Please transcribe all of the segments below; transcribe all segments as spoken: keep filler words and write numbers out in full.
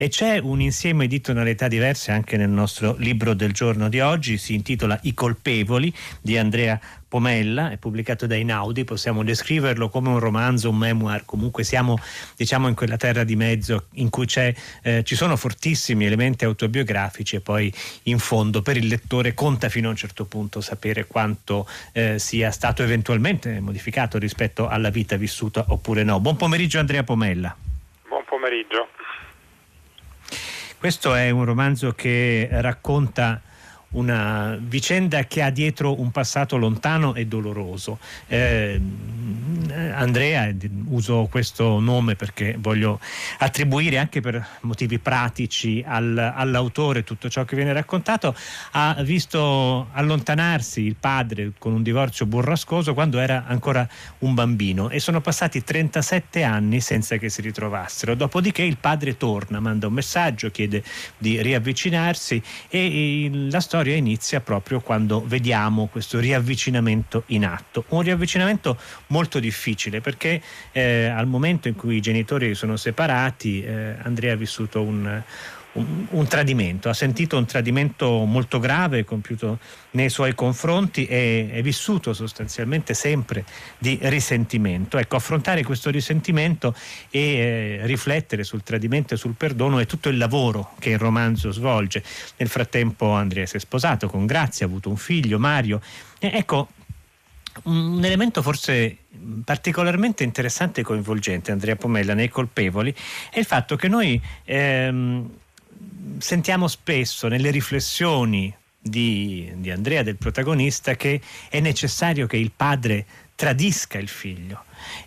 E c'è un insieme di tonalità diverse anche nel nostro libro del giorno di oggi, si intitola I colpevoli di Andrea Pomella, è pubblicato da Einaudi. Possiamo descriverlo come un romanzo, un memoir, comunque siamo diciamo in quella terra di mezzo in cui c'è, eh, ci sono fortissimi elementi autobiografici e poi in fondo per il lettore conta fino a un certo punto sapere quanto eh, sia stato eventualmente modificato rispetto alla vita vissuta oppure no. Buon pomeriggio Andrea Pomella. Buon pomeriggio. Questo è un romanzo che racconta una vicenda che ha dietro un passato lontano e doloroso. Eh, Andrea, uso questo nome perché voglio attribuire anche per motivi pratici al, all'autore tutto ciò che viene raccontato, ha visto allontanarsi il padre con un divorzio burrascoso quando era ancora un bambino e sono passati trentasette anni senza che si ritrovassero. Dopodiché il padre torna, manda un messaggio, chiede di riavvicinarsi e la storia inizia proprio quando vediamo questo riavvicinamento in atto, un riavvicinamento molto difficile perché eh, al momento in cui i genitori sono separati eh, Andrea ha vissuto un, un, un tradimento, ha sentito un tradimento molto grave compiuto nei suoi confronti e è vissuto sostanzialmente sempre di risentimento. Ecco, affrontare questo risentimento e eh, riflettere sul tradimento e sul perdono è tutto il lavoro che il romanzo svolge. Nel frattempo Andrea si è sposato con Grazia, ha avuto un figlio, Mario. E ecco, un elemento forse particolarmente interessante e coinvolgente, Andrea Pomella, nei colpevoli, è il fatto che noi ehm, sentiamo spesso nelle riflessioni di, di Andrea, del protagonista, che è necessario che il padre tradisca il figlio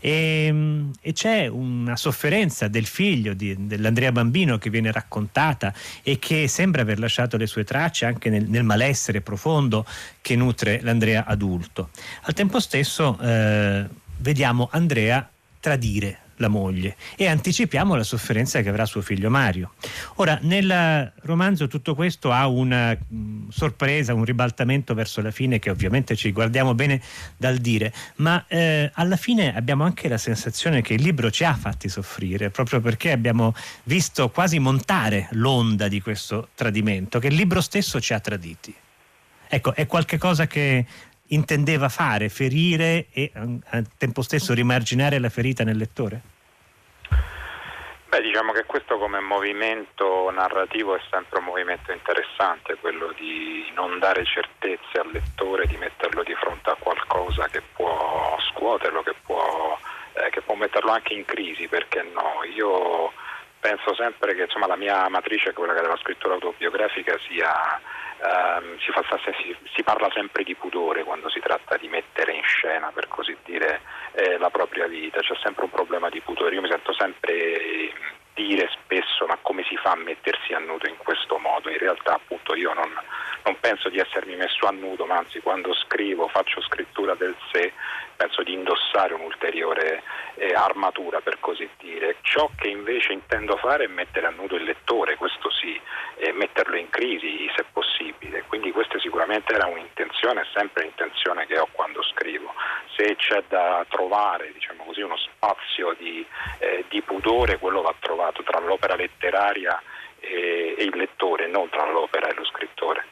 e, e c'è una sofferenza del figlio di, dell'Andrea bambino che viene raccontata e che sembra aver lasciato le sue tracce anche nel, nel malessere profondo che nutre l'Andrea adulto. Al tempo stesso eh, vediamo Andrea tradire la moglie e anticipiamo la sofferenza che avrà suo figlio Mario. Ora, nel romanzo tutto questo ha una mh, sorpresa, un ribaltamento verso la fine che ovviamente ci guardiamo bene dal dire, ma eh, alla fine abbiamo anche la sensazione che il libro ci ha fatti soffrire, proprio perché abbiamo visto quasi montare l'onda di questo tradimento, che il libro stesso ci ha traditi. Ecco, è qualche cosa che intendeva fare, ferire e al tempo stesso rimarginare la ferita nel lettore? Beh, diciamo che questo come movimento narrativo è sempre un movimento interessante, quello di non dare certezze al lettore, di metterlo di fronte a qualcosa che può scuoterlo, che può, eh, che può metterlo anche in crisi, perché no? Io penso sempre che insomma la mia matrice, quella della scrittura autobiografica, sia ehm, si, fa, si, si parla sempre di pudore quando si tratta di mettere in scena, per così dire, eh, la propria vita. C'è sempre un problema di pudore. Io mi sento sempre dire spesso: ma come si fa a mettersi a nudo in questo modo? In realtà appunto io non, non penso di essermi messo a nudo, ma anzi quando scrivo, faccio scrittura del sé, penso di indossare un'ulteriore eh, armatura, per così dire. Ciò che invece intendo fare è mettere a nudo il lettore, questo sì, e metterlo in crisi se possibile. Quindi questa sicuramente era un'intenzione, è sempre l'intenzione che ho quando scrivo. Se c'è da trovare, diciamo così, uno spazio di, eh, di pudore, quello va trovato tra l'opera letteraria e, e il lettore, non tra l'opera e lo scrittore.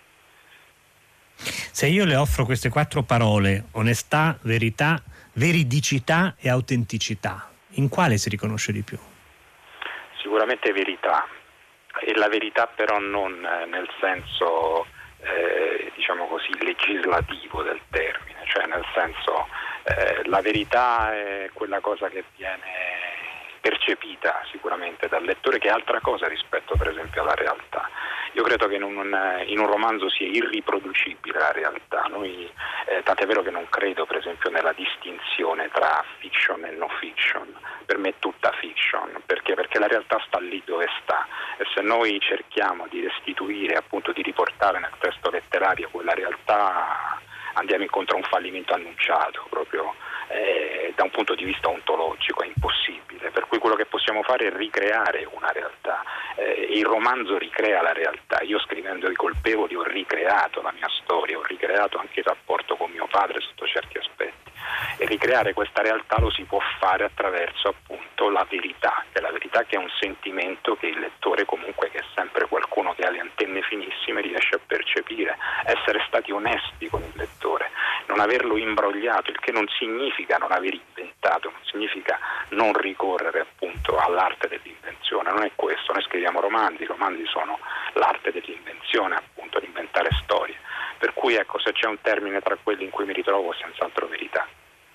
Se io le offro queste quattro parole, onestà, verità, veridicità e autenticità, in quale si riconosce di più? Sicuramente verità, e la verità però non nel senso eh, diciamo così legislativo del termine, cioè nel senso eh, la verità è quella cosa che viene percepita sicuramente dal lettore, che è altra cosa rispetto per esempio alla realtà. Io credo che in un, in un romanzo sia irriproducibile la realtà. Noi, eh, tant'è vero che non credo per esempio nella distinzione tra fiction e no fiction. Per me è tutta fiction, perché? Perché la realtà sta lì dove sta, e se noi cerchiamo di restituire, appunto di riportare nel testo letterario quella realtà, andiamo incontro a un fallimento annunciato proprio eh, da un punto di vista ontologico, è impossibile. Per cui quello che possiamo fare è ricreare una realtà. Eh, il romanzo ricrea la realtà. Io scrivendo I colpevoli ho ricreato la mia storia, ho ricreato anche il rapporto con mio padre sotto certi aspetti, e ricreare questa realtà lo si può fare attraverso appunto appunto la verità, che è la verità che è un sentimento che il lettore comunque, che è sempre qualcuno che ha le antenne finissime, riesce a percepire, essere stati onesti con il lettore, non averlo imbrogliato, il che non significa non aver inventato, non significa non ricorrere appunto all'arte dell'invenzione, non è questo, noi scriviamo romanzi, i romanzi sono l'arte dell'invenzione, appunto, di inventare storie, per cui ecco, se c'è un termine tra quelli in cui mi ritrovo, senz'altro verità.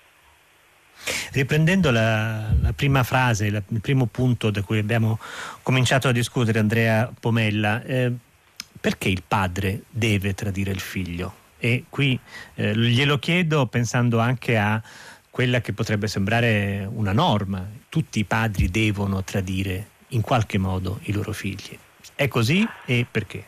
Riprendendo la, la prima frase, la, il primo punto da cui abbiamo cominciato a discutere, Andrea Pomella, eh, perché il padre deve tradire il figlio? E qui eh, glielo chiedo pensando anche a quella che potrebbe sembrare una norma: tutti i padri devono tradire in qualche modo i loro figli. È così, e perché?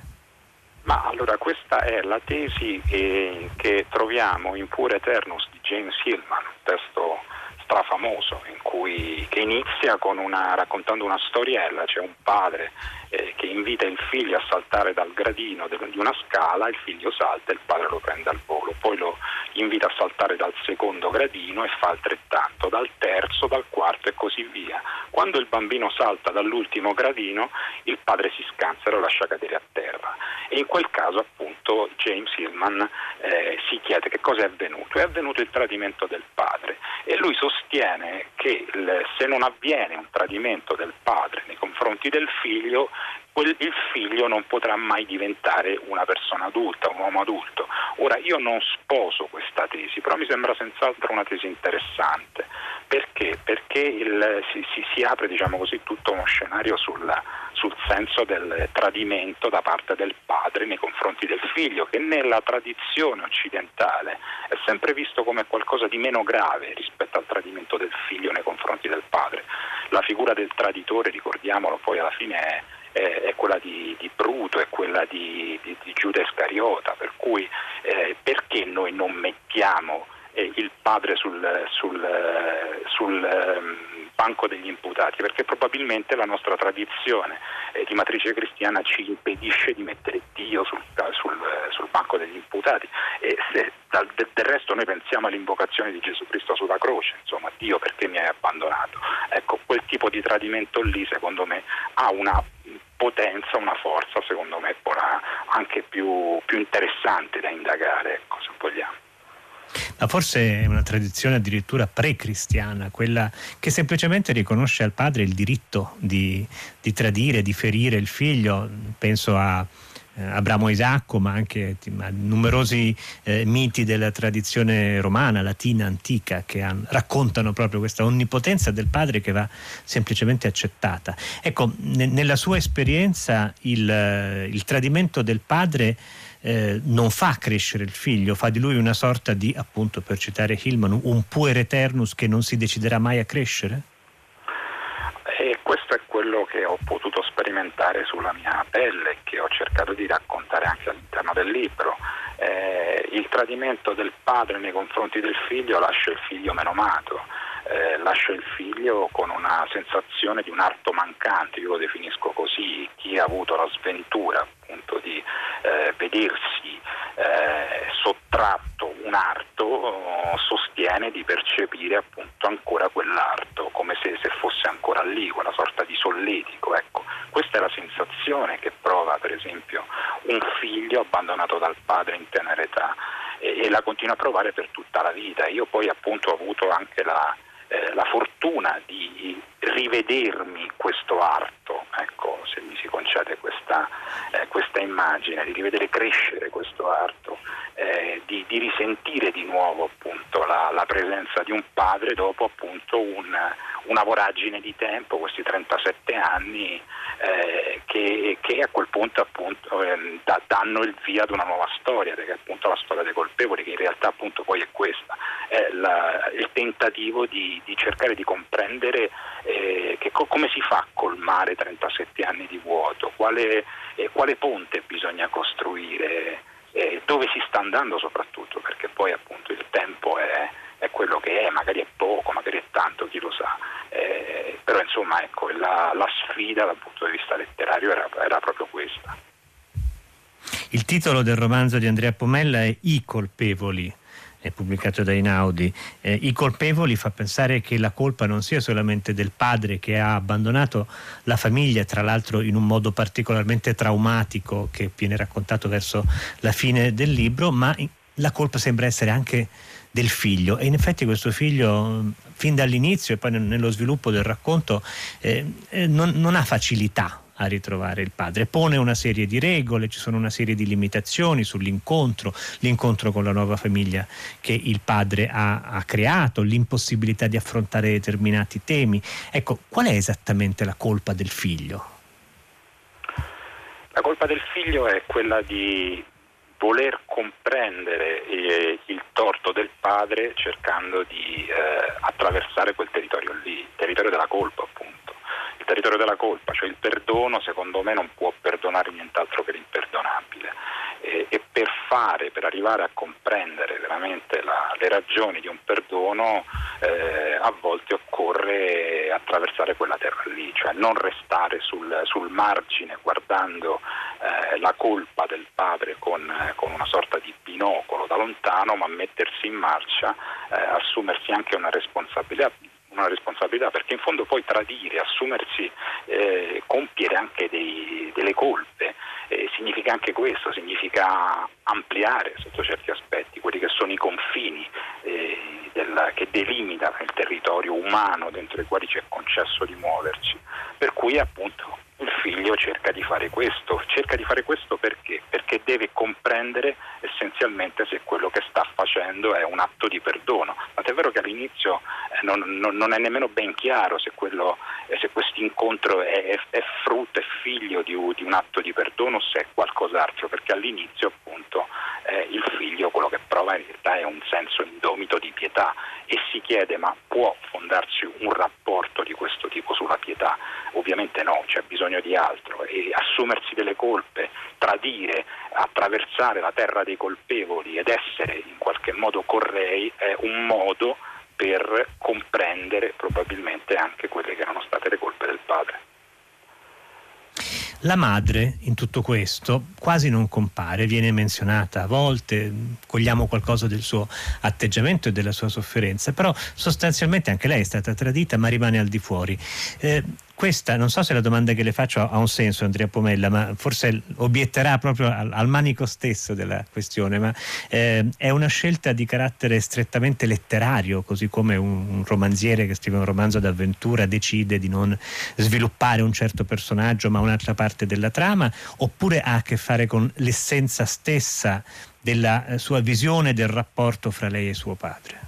Ma allora, questa è la tesi eh, che troviamo in Pure Eternus di James Hillman, un testo strafamoso in cui, che inizia con una, raccontando una storiella. C'è un padre eh, che invita il figlio a saltare dal gradino de, di una scala, il figlio salta e il padre lo prende al volo, poi lo invita a saltare dal secondo gradino e fa altrettanto, dal terzo, dal quarto e così via. Quando il bambino salta dall'ultimo gradino, il padre si scansa e lo lascia cadere a terra, e in quel caso appunto James Hillman eh, si chiede che cosa è avvenuto. È avvenuto il tradimento del padre, e lui sostiene che il, se non avviene un tradimento del padre nei confronti del figlio, quel, il figlio non potrà mai diventare una persona adulta, un uomo adulto. Ora, io non sposo questa tesi, però mi sembra senz'altro una tesi interessante. Perché? Perché il, si, si, si apre, diciamo così, tutto uno scenario sul, sul senso del tradimento da parte del padre nei confronti del figlio, che nella tradizione occidentale è sempre visto come qualcosa di meno grave rispetto al tradimento del figlio nei confronti del padre. La figura del traditore, ricordiamolo, poi alla fine è, è, è quella di, di Bruto, è quella di, di, di Giuda Iscariota, per cui eh, perché noi non mettiamo eh, il padre sul, sul, sul eh, banco degli imputati? Perché probabilmente la nostra tradizione eh, di matrice cristiana ci impedisce di mettere Dio sul, sul, sul banco degli imputati, e se dal, del resto noi pensiamo all'invocazione di Gesù Cristo sulla croce, insomma, Dio perché mi hai abbandonato? Ecco, quel tipo di tradimento lì secondo me ha una potenza, una forza secondo me anche più, più interessante da indagare, ecco, se vogliamo. Ma forse è una tradizione addirittura pre-cristiana, quella che semplicemente riconosce al padre il diritto di, di tradire, di ferire il figlio. Penso a eh, Abramo e Isacco, ma anche a numerosi eh, miti della tradizione romana, latina, antica, che han, raccontano proprio questa onnipotenza del padre che va semplicemente accettata. Ecco, ne, nella sua esperienza il, il tradimento del padre Eh, non fa crescere il figlio, fa di lui una sorta di, appunto, per citare Hillman, un puer eternus che non si deciderà mai a crescere? E questo è quello che ho potuto sperimentare sulla mia pelle, che ho cercato di raccontare anche all'interno del libro. Eh, il tradimento del padre nei confronti del figlio lascia il figlio menomato, eh, lascia il figlio con una sensazione di un arto mancante, io lo definisco così. Chi ha avuto la sventura appunto di eh, vedersi eh, sottratto un arto oh, sostiene di percepire appunto ancora quell'arto, come se, se fosse ancora lì, quella sorta di solletico, ecco. Questa è la sensazione che prova per esempio un figlio abbandonato dal padre in tenera età, e, e la continua a provare per tutta la vita. Io poi appunto ho avuto anche la, eh, la fortuna di rivedermi questo arto, ecco, se mi si concede questa, eh, questa immagine, di rivedere crescere questo arto, eh, di, di risentire di nuovo appunto la, la presenza di un padre dopo appunto un, una voragine di tempo, questi trentasette anni eh, che, che a quel punto appunto eh, da, danno il via ad una nuova storia, che è appunto la storia dei colpevoli, che in realtà appunto poi è questa, è la, il tentativo di, di cercare di comprendere eh, che co- come si fa a colmare trentasette anni di vuoto, quale, eh, quale ponte bisogna costruire, eh, dove si sta andando soprattutto, perché poi appunto il tempo è, è quello che è, magari è poco, magari è tanto, chi lo sa, eh, però insomma ecco, la, la sfida dal punto di vista letterario era, era proprio questa. Il titolo del romanzo di Andrea Pomella è I colpevoli. è pubblicato da Einaudi, eh, I colpevoli, fa pensare che la colpa non sia solamente del padre che ha abbandonato la famiglia, tra l'altro in un modo particolarmente traumatico che viene raccontato verso la fine del libro, ma la colpa sembra essere anche del figlio, e in effetti questo figlio fin dall'inizio e poi nello sviluppo del racconto eh, non, non ha facilità a ritrovare il padre, pone una serie di regole, ci sono una serie di limitazioni sull'incontro, l'incontro con la nuova famiglia che il padre ha, ha creato, l'impossibilità di affrontare determinati temi. Ecco, qual è esattamente la colpa del figlio? La colpa del figlio è quella di voler comprendere eh, il torto del padre cercando di eh, attraversare quel territorio lì, il territorio della colpa, appunto. Il territorio della colpa, cioè il perdono, secondo me non può perdonare nient'altro che l'imperdonabile, e, e per fare, per arrivare a comprendere veramente la, le ragioni di un perdono eh, a volte occorre attraversare quella terra lì, cioè non restare sul, sul margine guardando eh, la colpa del padre con, eh, con una sorta di binocolo da lontano, ma mettersi in marcia, eh, assumersi anche una responsabilità una responsabilità, perché in fondo poi tradire, assumersi, eh, compiere anche dei, delle colpe, eh, significa anche questo, significa ampliare sotto certi aspetti quelli che sono i confini eh, del, che delimitano il territorio umano dentro i quali ci è concesso di muoverci, per cui appunto il figlio cerca di fare questo, cerca di fare questo perché? Perché deve comprendere essenzialmente se quello che sta facendo è un atto di perdono. Tant'è vero che all'inizio eh, non, non, non è nemmeno ben chiaro se quello, eh, se questo incontro è, è, è frutto, è figlio di, di un atto di perdono o se è qualcos'altro, perché all'inizio appunto eh, il figlio quello che prova in realtà è un senso indomito di pietà e si chiede: ma può fondarsi un rapporto di questo tipo sulla pietà? Ovviamente no, c'è bisogno di altro, e assumersi delle colpe, tradire, attraversare la terra dei colpevoli ed essere in qualche modo correi è un modo per comprendere probabilmente anche quelle che erano state le colpe del padre. La madre in tutto questo quasi non compare, viene menzionata a volte, cogliamo qualcosa del suo atteggiamento e della sua sofferenza, però sostanzialmente anche lei è stata tradita ma rimane al di fuori. Eh, Questa, non so se la domanda che le faccio ha un senso, Andrea Pomella, ma forse obietterà proprio al, al manico stesso della questione, ma eh, è una scelta di carattere strettamente letterario, così come un, un romanziere che scrive un romanzo d'avventura decide di non sviluppare un certo personaggio ma un'altra parte della trama, oppure ha a che fare con l'essenza stessa della eh, sua visione del rapporto fra lei e suo padre?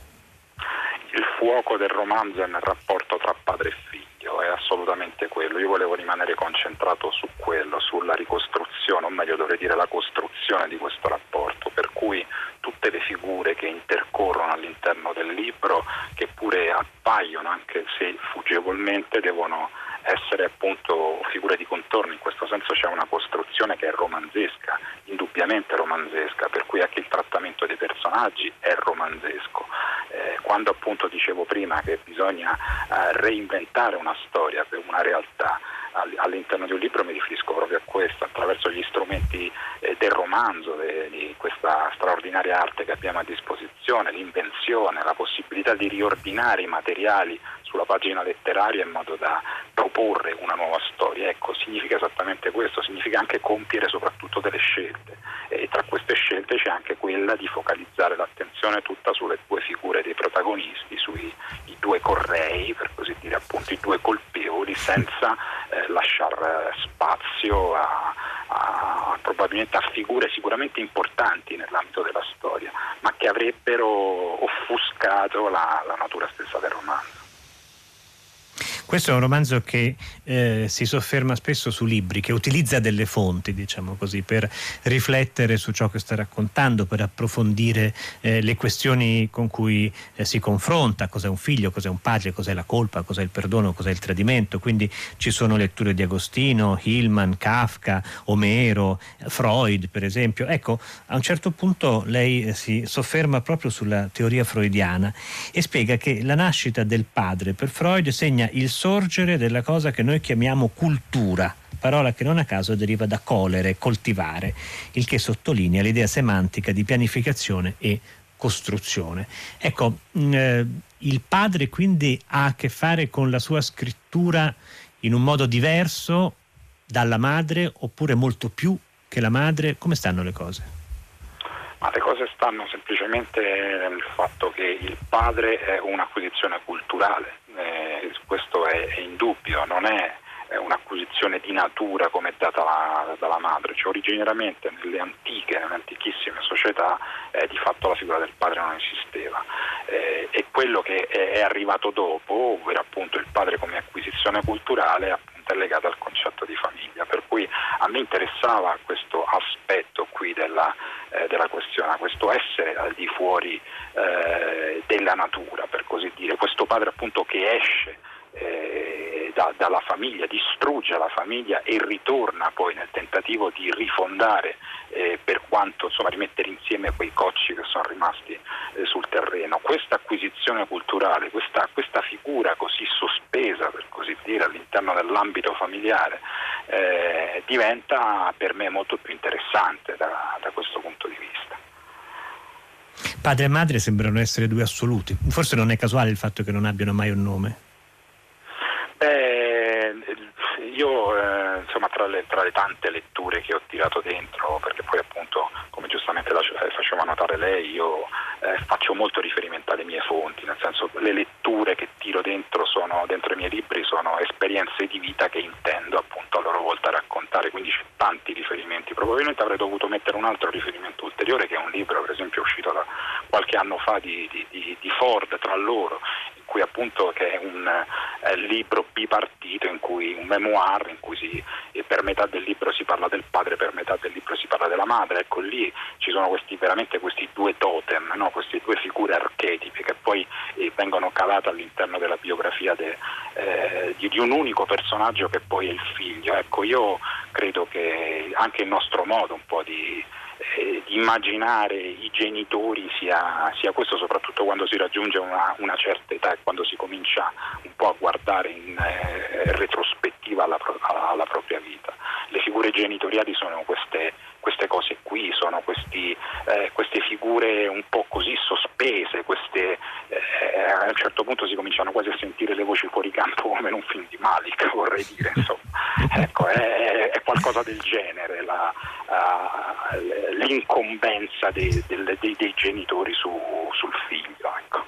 Il fuoco del romanzo è nel rapporto tra padre e figlio. È assolutamente quello. Io volevo rimanere concentrato su quello, sulla ricostruzione, o meglio dovrei dire la costruzione di questo rapporto, per cui tutte le figure che intercorrono all'interno del libro, che pure appaiono anche se fuggevolmente, devono essere appunto figure di contorno. In questo senso c'è una costruzione che è romanzesca, indubbiamente romanzesca, per cui anche il trattamento dei personaggi è romanzesco. Eh, quando appunto dicevo prima che bisogna eh, reinventare una storia per una realtà all'interno di un libro, mi riferisco proprio a questo, attraverso gli strumenti eh, del romanzo, de, di questa straordinaria arte che abbiamo a disposizione, l'invenzione, la possibilità di riordinare i materiali sulla pagina letteraria in modo da proporre una nuova storia. Ecco, significa esattamente questo, significa anche compiere soprattutto delle scelte, e tra queste scelte c'è anche quella di focalizzare l'attenzione tutta sulle due figure dei protagonisti, sui i due correi, per così dire, appunto i due colpevoli, senza eh, lasciare spazio a, a probabilmente a figure sicuramente importanti nell'ambito della storia, ma che avrebbero offuscato la, la natura stessa del romanzo. Questo è un romanzo che eh, si sofferma spesso su libri, che utilizza delle fonti, diciamo così, per riflettere su ciò che sta raccontando, per approfondire eh, le questioni con cui eh, si confronta: cos'è un figlio, cos'è un padre, cos'è la colpa, cos'è il perdono, cos'è il tradimento. Quindi ci sono letture di Agostino, Hillman, Kafka, Omero, Freud per esempio. Ecco, a un certo punto lei eh, si sofferma proprio sulla teoria freudiana e spiega che la nascita del padre per Freud segna il sorgere della cosa che noi chiamiamo cultura, parola che non a caso deriva da colere, coltivare, il che sottolinea l'idea semantica di pianificazione e costruzione. Ecco, eh, il padre quindi ha a che fare con la sua scrittura in un modo diverso dalla madre, oppure molto più che la madre? Come stanno le cose? Ma le cose stanno semplicemente nel fatto che il padre è un'acquisizione culturale, eh, questo è, è indubbio, non è un'acquisizione di natura come è data la, dalla madre, cioè originariamente nelle antiche, nelle antichissime società eh, di fatto la figura del padre non esisteva, eh, e quello che è, è arrivato dopo, ovvero appunto il padre come acquisizione culturale, appunto è legato al concetto di famiglia, per cui a me interessava questo aspetto qui della, eh, della questione, questo essere al di fuori eh, della natura, per così dire, questo padre appunto che esce Eh, da, dalla famiglia, distrugge la famiglia e ritorna poi nel tentativo di rifondare eh, per quanto insomma rimettere insieme quei cocci che sono rimasti eh, sul terreno. Questa acquisizione culturale, questa, questa figura così sospesa per così dire all'interno dell'ambito familiare eh, diventa per me molto più interessante da, da questo punto di vista. Padre e madre sembrano essere due assoluti, forse non è casuale il fatto che non abbiano mai un nome. Eh, io eh, insomma tra le, tra le tante letture che ho tirato dentro, perché poi appunto come giustamente la, faceva notare lei, io eh, faccio molto riferimento alle mie fonti, nel senso le letture che tiro dentro sono dentro i miei libri sono esperienze di vita che intendo appunto a loro volta raccontare, quindi c'è tanti riferimenti. Probabilmente avrei dovuto mettere un altro riferimento ulteriore, che è un libro per esempio uscito da qualche anno fa di, di, di, di Ford, Tra loro, qui appunto che è un eh, libro bipartito, in cui un memoir in cui si, eh, per metà del libro si parla del padre, per metà del libro si parla della madre. Ecco, lì ci sono questi veramente questi due totem, no? Queste due figure archetipe che poi eh, vengono calate all'interno della biografia de, eh, di, di un unico personaggio che poi è il figlio. Ecco, io credo che anche il nostro modo un po' di Eh, di immaginare i genitori sia, sia questo, soprattutto quando si raggiunge una, una certa età e quando si comincia un po' a guardare in eh, retrospettiva alla, alla propria vita. Le figure genitoriali sono queste, queste cose qui, sono questi, eh, queste figure un po' così sospese, queste, eh, a un certo punto si cominciano quasi a sentire le voci fuori campo come in un film di Malik, vorrei dire, insomma. Ecco, è, è qualcosa del genere la, uh, l'incombenza dei, dei, dei genitori su, sul figlio, ecco.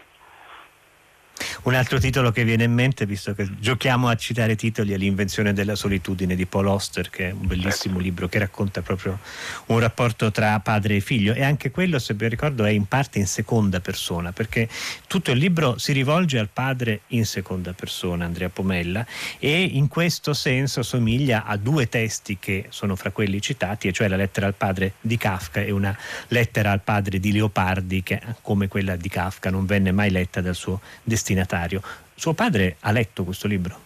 Un altro titolo che viene in mente, visto che giochiamo a citare titoli, è L'invenzione della solitudine di Paul Auster, che è un bellissimo libro che racconta proprio un rapporto tra padre e figlio, e anche quello, se ben ricordo, è in parte in seconda persona, perché tutto il libro si rivolge al padre in seconda persona, Andrea Pomella, e in questo senso somiglia a due testi che sono fra quelli citati, e cioè la lettera al padre di Kafka e una lettera al padre di Leopardi, che come quella di Kafka non venne mai letta dal suo destinatario. Suo padre ha letto questo libro?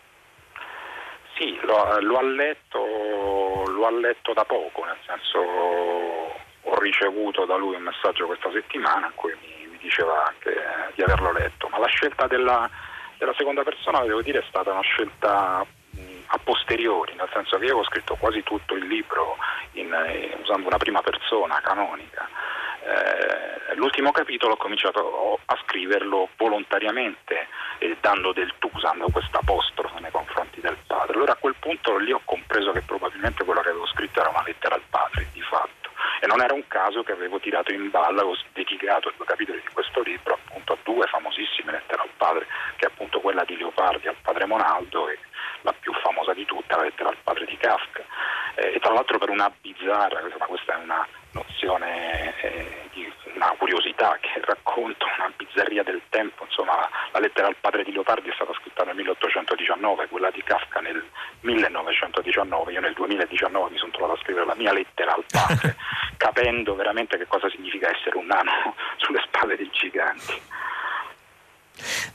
Sì, lo, lo ha letto lo ha letto da poco, nel senso ho ricevuto da lui un messaggio questa settimana in cui mi, mi diceva anche di averlo letto, ma la scelta della, della seconda persona, devo dire, è stata una scelta mh, a posteriori, nel senso che io ho scritto quasi tutto il libro in, eh, usando una prima persona canonica. Eh, l'ultimo capitolo ho cominciato a scriverlo volontariamente, eh, dando del tu, usando questa apostrofe nei confronti del padre. Allora a quel punto lì ho compreso che probabilmente quello che avevo scritto era una lettera al padre, di fatto, e non era un caso che avevo tirato in ballo, avevo dedicato due capitoli di questo libro appunto a due famosissime lettere al padre, che è appunto quella di Leopardi al padre Monaldo e la più famosa di tutte, la lettera al padre di Kafka. Eh, e tra l'altro per una bizzarra, ma questa è una nozione eh, di una curiosità che racconta una bizzarria del tempo, insomma la, la lettera al padre di Leopardi è stata scritta nel milleottocentodiciannove, quella di Kafka nel millenovecentodiciannove, io nel duemiladiciannove mi sono trovato a scrivere la mia lettera al padre, capendo veramente che cosa significa essere un nano sulle spalle dei giganti.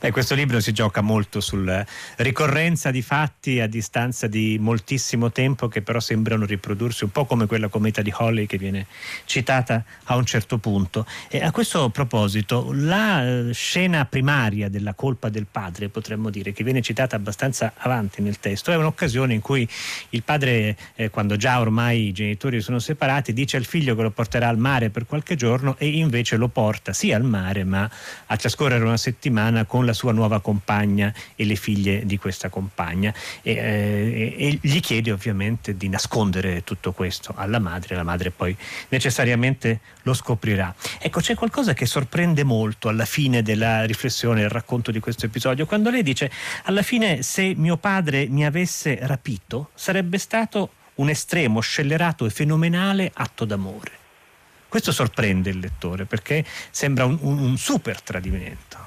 Eh, questo libro si gioca molto sulla ricorrenza di fatti a distanza di moltissimo tempo, che però sembrano riprodursi, un po' come quella cometa di Halley che viene citata a un certo punto. E a questo proposito, la scena primaria della colpa del padre, potremmo dire, che viene citata abbastanza avanti nel testo, è un'occasione in cui il padre, eh, quando già ormai i genitori sono separati, dice al figlio che lo porterà al mare per qualche giorno, e invece lo porta sì al mare, ma a trascorrere una settimana con la sua nuova compagna e le figlie di questa compagna, e, eh, e gli chiede ovviamente di nascondere tutto questo alla madre. La madre poi necessariamente lo scoprirà. Ecco, c'è qualcosa che sorprende molto alla fine della riflessione, il racconto di questo episodio, quando lei dice: alla fine, se mio padre mi avesse rapito, sarebbe stato un estremo, scellerato e fenomenale atto d'amore. Questo sorprende il lettore, perché sembra un, un, un super tradimento.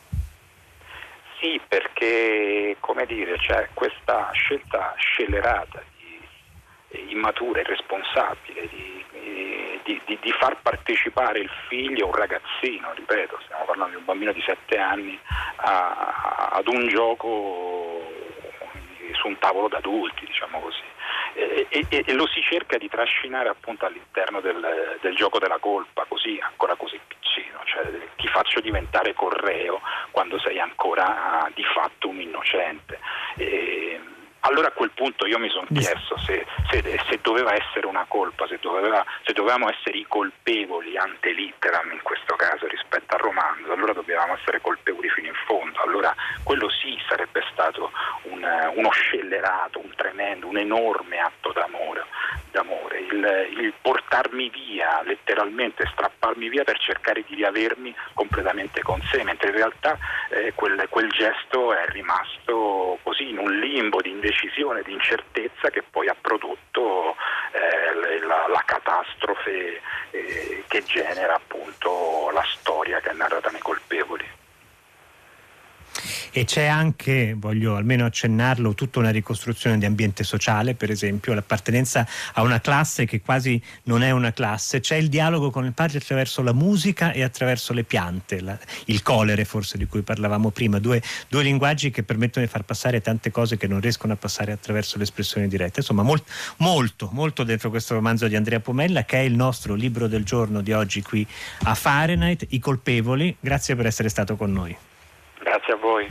Sì, perché, come dire, c'è questa scelta scellerata, di, immatura, irresponsabile, di, di, di, di far partecipare il figlio, un ragazzino, ripeto, stiamo parlando di un bambino di sette anni, a, ad un gioco su un tavolo d'adulti, diciamo così. E, e, e lo si cerca di trascinare appunto all'interno del, del gioco della colpa, così, ancora così piccino, cioè ti faccio diventare correo quando sei ancora di fatto un innocente. E, allora a quel punto io mi sono chiesto se, se, se doveva essere una colpa, se, doveva, se dovevamo essere i colpevoli ante litteram in questo caso rispetto al romanzo, allora dovevamo essere colpevoli fino in fondo, allora quello sì sarebbe stato un, uno scellerato, un tremendo, un enorme atto d'amore, d'amore. Il, il portarmi via, letteralmente strapparmi via per cercare di riavermi completamente con sé, mentre in realtà eh, quel, quel gesto è rimasto così in un limbo di indecisione, di incertezza, che poi ha prodotto eh, la, la catastrofe eh, che genera appunto la storia che è narrata nei colpevoli. E c'è anche, voglio almeno accennarlo, tutta una ricostruzione di ambiente sociale, per esempio l'appartenenza a una classe che quasi non è una classe. C'è il dialogo con il padre attraverso la musica e attraverso le piante, la, il colere forse di cui parlavamo prima, due, due linguaggi che permettono di far passare tante cose che non riescono a passare attraverso l'espressione diretta. Insomma, molt, molto, molto dentro questo romanzo di Andrea Pomella, che è il nostro libro del giorno di oggi qui a Fahrenheit, I colpevoli. Grazie per essere stato con noi. Grazie a voi.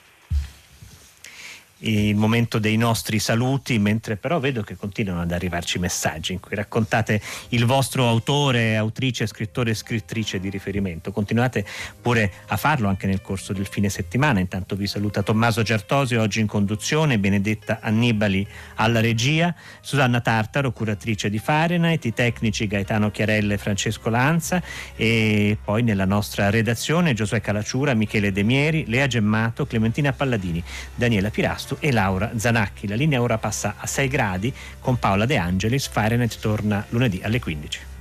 Il momento dei nostri saluti, mentre però vedo che continuano ad arrivarci messaggi in cui raccontate il vostro autore, autrice, scrittore e scrittrice di riferimento. Continuate pure a farlo anche nel corso del fine settimana. Intanto vi saluta Tommaso Giartosio, oggi in conduzione, Benedetta Annibali alla regia, Susanna Tartaro, curatrice di Fahrenheit, i tecnici Gaetano Chiarella e Francesco Lanza, e poi nella nostra redazione Giosuè Calacciura, Michele Demieri, Lea Gemmato, Clementina Palladini, Daniela Pirastu e Laura Zanacchi. La linea ora passa a sei gradi con Paola De Angelis. Fahrenheit torna lunedì alle quindici.